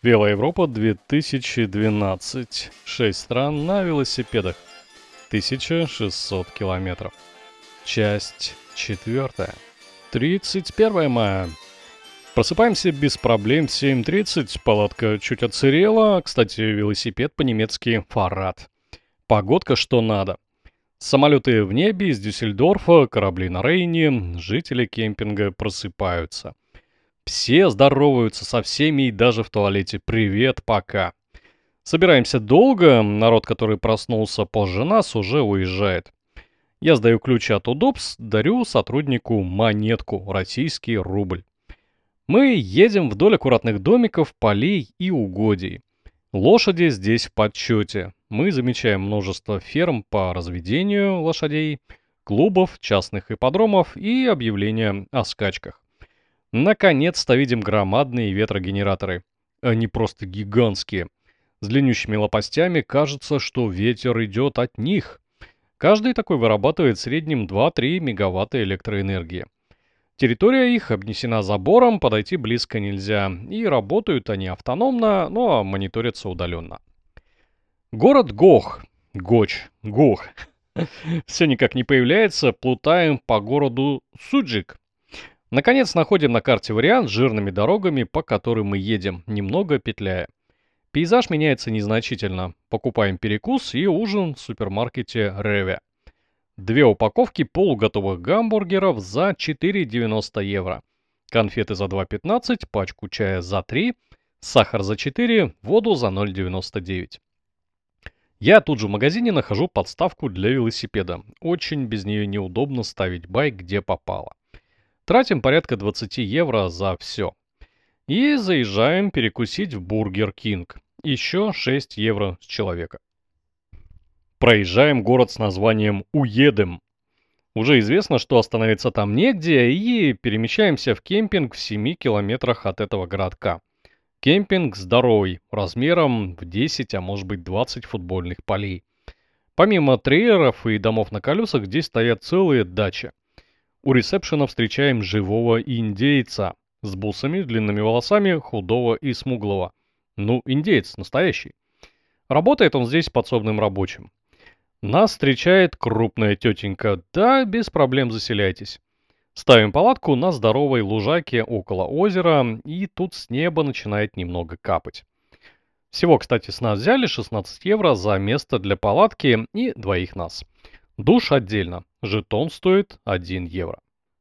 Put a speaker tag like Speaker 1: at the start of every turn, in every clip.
Speaker 1: Велоевропа 2012. 6 стран на велосипедах. 1600 километров. Часть 4. 31 мая. Просыпаемся без проблем в 7:30. Палатка чуть отсырела. Кстати, велосипед по-немецки «фарад». Погодка что надо. Самолеты в небе из Дюссельдорфа, корабли на Рейне, жители кемпинга просыпаются. Все здороваются со всеми и даже в туалете. Привет, пока. Собираемся долго, народ, который проснулся позже нас, уже уезжает. Я сдаю ключи от удобств, дарю сотруднику монетку, российский рубль. Мы едем вдоль аккуратных домиков, полей и угодий. Лошади здесь в подсчете. Мы замечаем множество ферм по разведению лошадей, клубов, частных ипподромов и объявления о скачках. Наконец-то видим громадные ветрогенераторы. Они просто гигантские. С длиннющими лопастями кажется, что ветер идет от них. Каждый такой вырабатывает в среднем 2-3 мегаватта электроэнергии. Территория их обнесена забором, подойти близко нельзя. И работают они автономно, но мониторятся удаленно. Город Гох. Гох. Все никак не появляется, плутаем по городу Суджик. Наконец находим на карте вариант с жирными дорогами, по которым мы едем, немного петляя. Пейзаж меняется незначительно. Покупаем перекус и ужин в супермаркете Реве. 2 упаковки полуготовых гамбургеров за 4,90 евро. Конфеты за 2,15, пачку чая за 3, сахар за 4, воду за 0,99. Я тут же в магазине нахожу подставку для велосипеда. Очень без нее неудобно ставить байк где попало. Тратим порядка 20 евро за все. И заезжаем перекусить в Бургер Кинг. Еще 6 евро с человека. Проезжаем город с названием Уедем. Уже известно, что остановиться там негде, и перемещаемся в кемпинг в 7 километрах от этого городка. Кемпинг здоровый, размером в 10, а может быть 20 футбольных полей. Помимо трейлеров и домов на колесах, здесь стоят целые дачи. У ресепшена встречаем живого индейца с бусами, длинными волосами, худого и смуглого. Ну, индеец настоящий. Работает он здесь подсобным рабочим. Нас встречает крупная тетенька. Да, без проблем заселяйтесь. Ставим палатку на здоровой лужайке около озера, и тут с неба начинает немного капать. Всего, кстати, с нас взяли 16 евро за место для палатки и двоих нас. Душ отдельно. Жетон стоит 1 евро.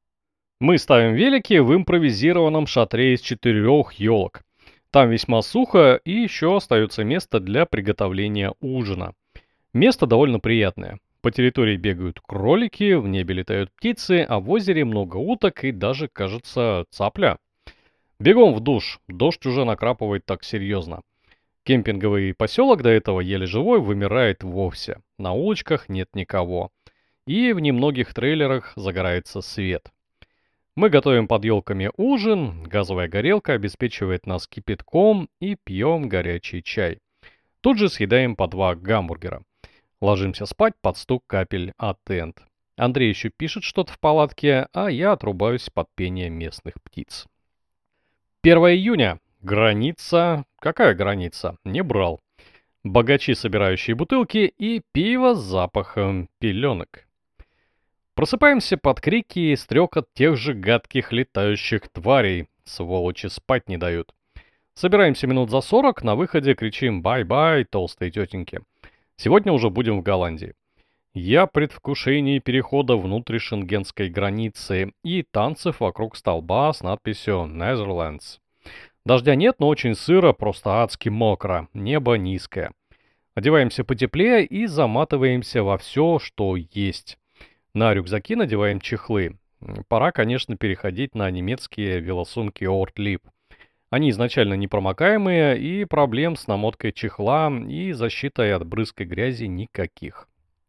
Speaker 1: Мы ставим велики в импровизированном шатре из 4 елок. Там весьма сухо, и еще остается место для приготовления ужина. Место довольно приятное. По территории бегают кролики, в небе летают птицы, а в озере много уток и даже, кажется, цапля. Бегом в душ. Дождь уже накрапывает так серьезно. Кемпинговый поселок до этого еле живой вымирает вовсе. На улочках нет никого. И в немногих трейлерах загорается свет. Мы готовим под елками ужин, газовая горелка обеспечивает нас кипятком и пьем горячий чай. Тут же съедаем по 2 гамбургера. Ложимся спать под стук капель о тент. Андрей еще пишет что-то в палатке, а я отрубаюсь под пение местных птиц. 1 июня. Граница. Какая граница? Не брал. Богачи, собирающие бутылки, и пиво с запахом пеленок. Просыпаемся под крики и стрекот тех же гадких летающих тварей. Сволочи спать не дают. Собираемся минут за 40, на выходе кричим «бай-бай» толстой тетеньке. Сегодня уже будем в Голландии. Я в предвкушении перехода внутришенгенской границы и танцев вокруг столба с надписью «Netherlands». Дождя нет, но очень сыро, просто адски мокро, небо низкое. Одеваемся потеплее и заматываемся во все, что есть. На рюкзаки надеваем чехлы. Пора, конечно, переходить на немецкие велосумки Ortlieb. Они изначально непромокаемые, и проблем с намоткой чехла и защитой от брызг и грязи никаких.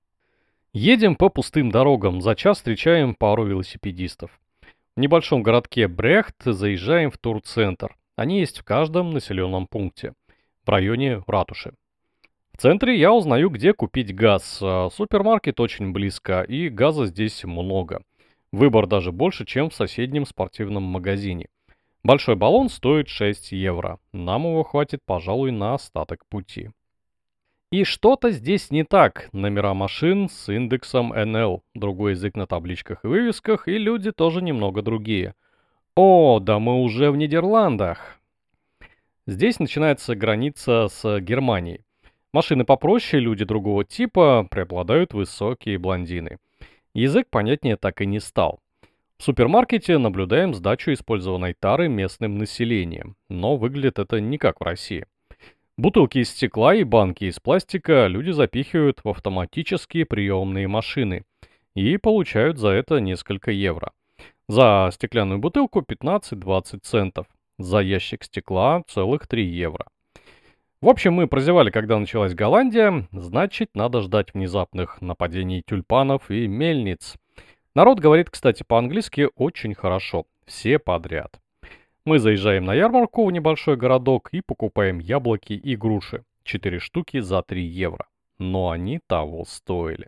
Speaker 1: Едем по пустым дорогам, за час встречаем пару велосипедистов. В небольшом городке Брехт заезжаем в турцентр. Они есть в каждом населенном пункте, в районе ратуши. В центре я узнаю, где купить газ. Супермаркет очень близко, и газа здесь много. Выбор даже больше, чем в соседнем спортивном магазине. Большой баллон стоит 6 евро. Нам его хватит, пожалуй, на остаток пути. И что-то здесь не так. Номера машин с индексом NL, другой язык на табличках и вывесках, и люди тоже немного другие. О, да мы уже в Нидерландах. Здесь начинается граница с Германией. Машины попроще, люди другого типа, преобладают высокие блондины. Язык понятнее так и не стал. В супермаркете наблюдаем сдачу использованной тары местным населением, но выглядит это не как в России. Бутылки из стекла и банки из пластика люди запихивают в автоматические приемные машины и получают за это несколько евро. За стеклянную бутылку 15-20 центов, за ящик стекла целых 3 евро. В общем, мы прозевали, когда началась Голландия, значит, надо ждать внезапных нападений тюльпанов и мельниц. Народ говорит, кстати, по-английски очень хорошо, все подряд. Мы заезжаем на ярмарку в небольшой городок и покупаем яблоки и груши. 4 штуки за 3 евро. Но они того стоили.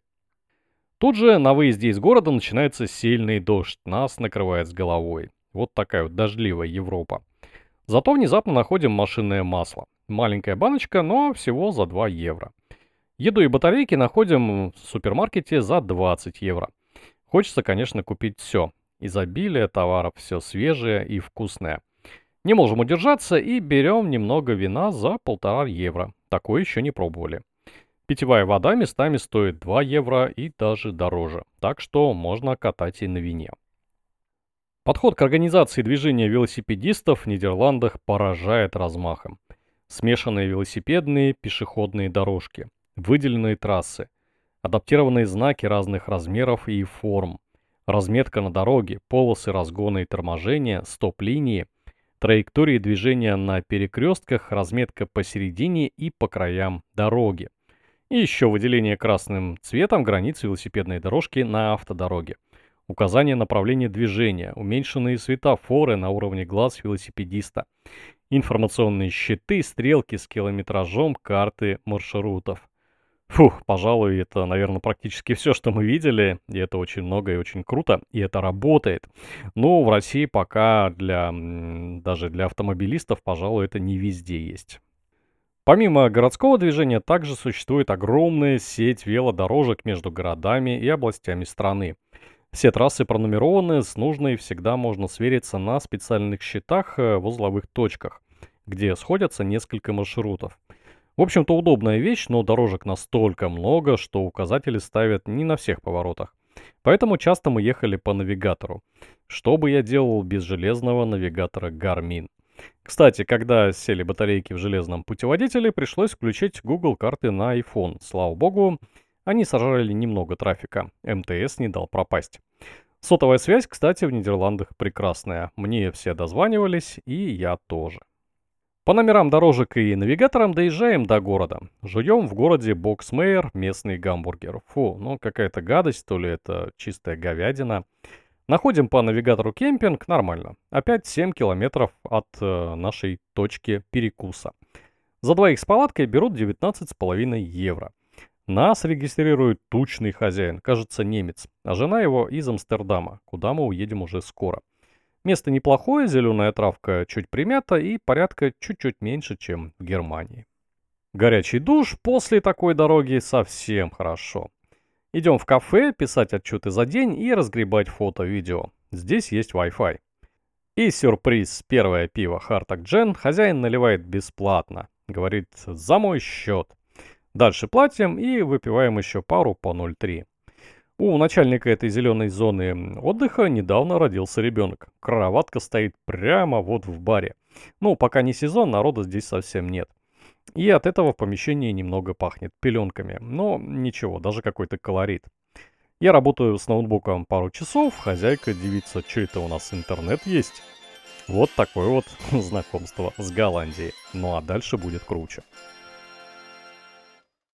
Speaker 1: Тут же на выезде из города начинается сильный дождь, нас накрывает с головой. Вот такая вот дождливая Европа. Зато внезапно находим машинное масло. Маленькая баночка, но всего за 2 евро. Еду и батарейки находим в супермаркете за 20 евро. Хочется, конечно, купить все. Изобилие товаров, все свежее и вкусное. Не можем удержаться и берем немного вина за 1,5 евро. Такое еще не пробовали. Питьевая вода местами стоит 2 евро и даже дороже. Так что можно катать и на вине. Подход к организации движения велосипедистов в Нидерландах поражает размахом. Смешанные велосипедные пешеходные дорожки, выделенные трассы, адаптированные знаки разных размеров и форм, разметка на дороге, полосы разгона и торможения, стоп-линии, траектории движения на перекрестках, разметка посередине и по краям дороги. И еще выделение красным цветом границ велосипедной дорожки на автодороге. Указание направления движения, уменьшенные светофоры на уровне глаз велосипедиста, информационные щиты, стрелки с километражом, карты маршрутов. Фух, пожалуй, это, наверное, практически все, что мы видели, и это очень много и очень круто, и это работает. Но в России пока даже для автомобилистов, пожалуй, это не везде есть. Помимо городского движения, также существует огромная сеть велодорожек между городами и областями страны. Все трассы пронумерованы, с нужной всегда можно свериться на специальных щитах в узловых точках, где сходятся несколько маршрутов. В общем-то удобная вещь, но дорожек настолько много, что указатели ставят не на всех поворотах. Поэтому часто мы ехали по навигатору. Что бы я делал без железного навигатора Garmin? Кстати, когда сели батарейки в железном путеводителе, пришлось включить Google карты на iPhone. Слава богу, они сожрали немного трафика. МТС не дал пропасть. Сотовая связь, кстати, в Нидерландах прекрасная. Мне все дозванивались, и я тоже. По номерам дорожек и навигаторам доезжаем до города. Жуем в городе Боксмейер местный гамбургер. Фу, ну какая-то гадость, то ли это чистая говядина. Находим по навигатору кемпинг, нормально. Опять 7 километров от нашей точки перекуса. За двоих с палаткой берут 19,5 евро. Нас регистрирует тучный хозяин, кажется, немец, а жена его из Амстердама, куда мы уедем уже скоро. Место неплохое, зеленая травка чуть примята и порядка чуть-чуть меньше, чем в Германии. Горячий душ после такой дороги совсем хорошо. Идем в кафе, писать отчеты за день и разгребать фото-видео. Здесь есть Wi-Fi. И сюрприз, первое пиво Хартак Джен хозяин наливает бесплатно. Говорит, за мой счет. Дальше платим и выпиваем еще пару по 0,3. У начальника этой зеленой зоны отдыха недавно родился ребенок. Кроватка стоит прямо вот в баре. Ну, пока не сезон, народа здесь совсем нет. И от этого в помещении немного пахнет пеленками. Но ничего, даже какой-то колорит. Я работаю с ноутбуком пару часов, хозяйка дивится, что это у нас интернет есть. Вот такое вот знакомство с Голландией. Ну а дальше будет круче.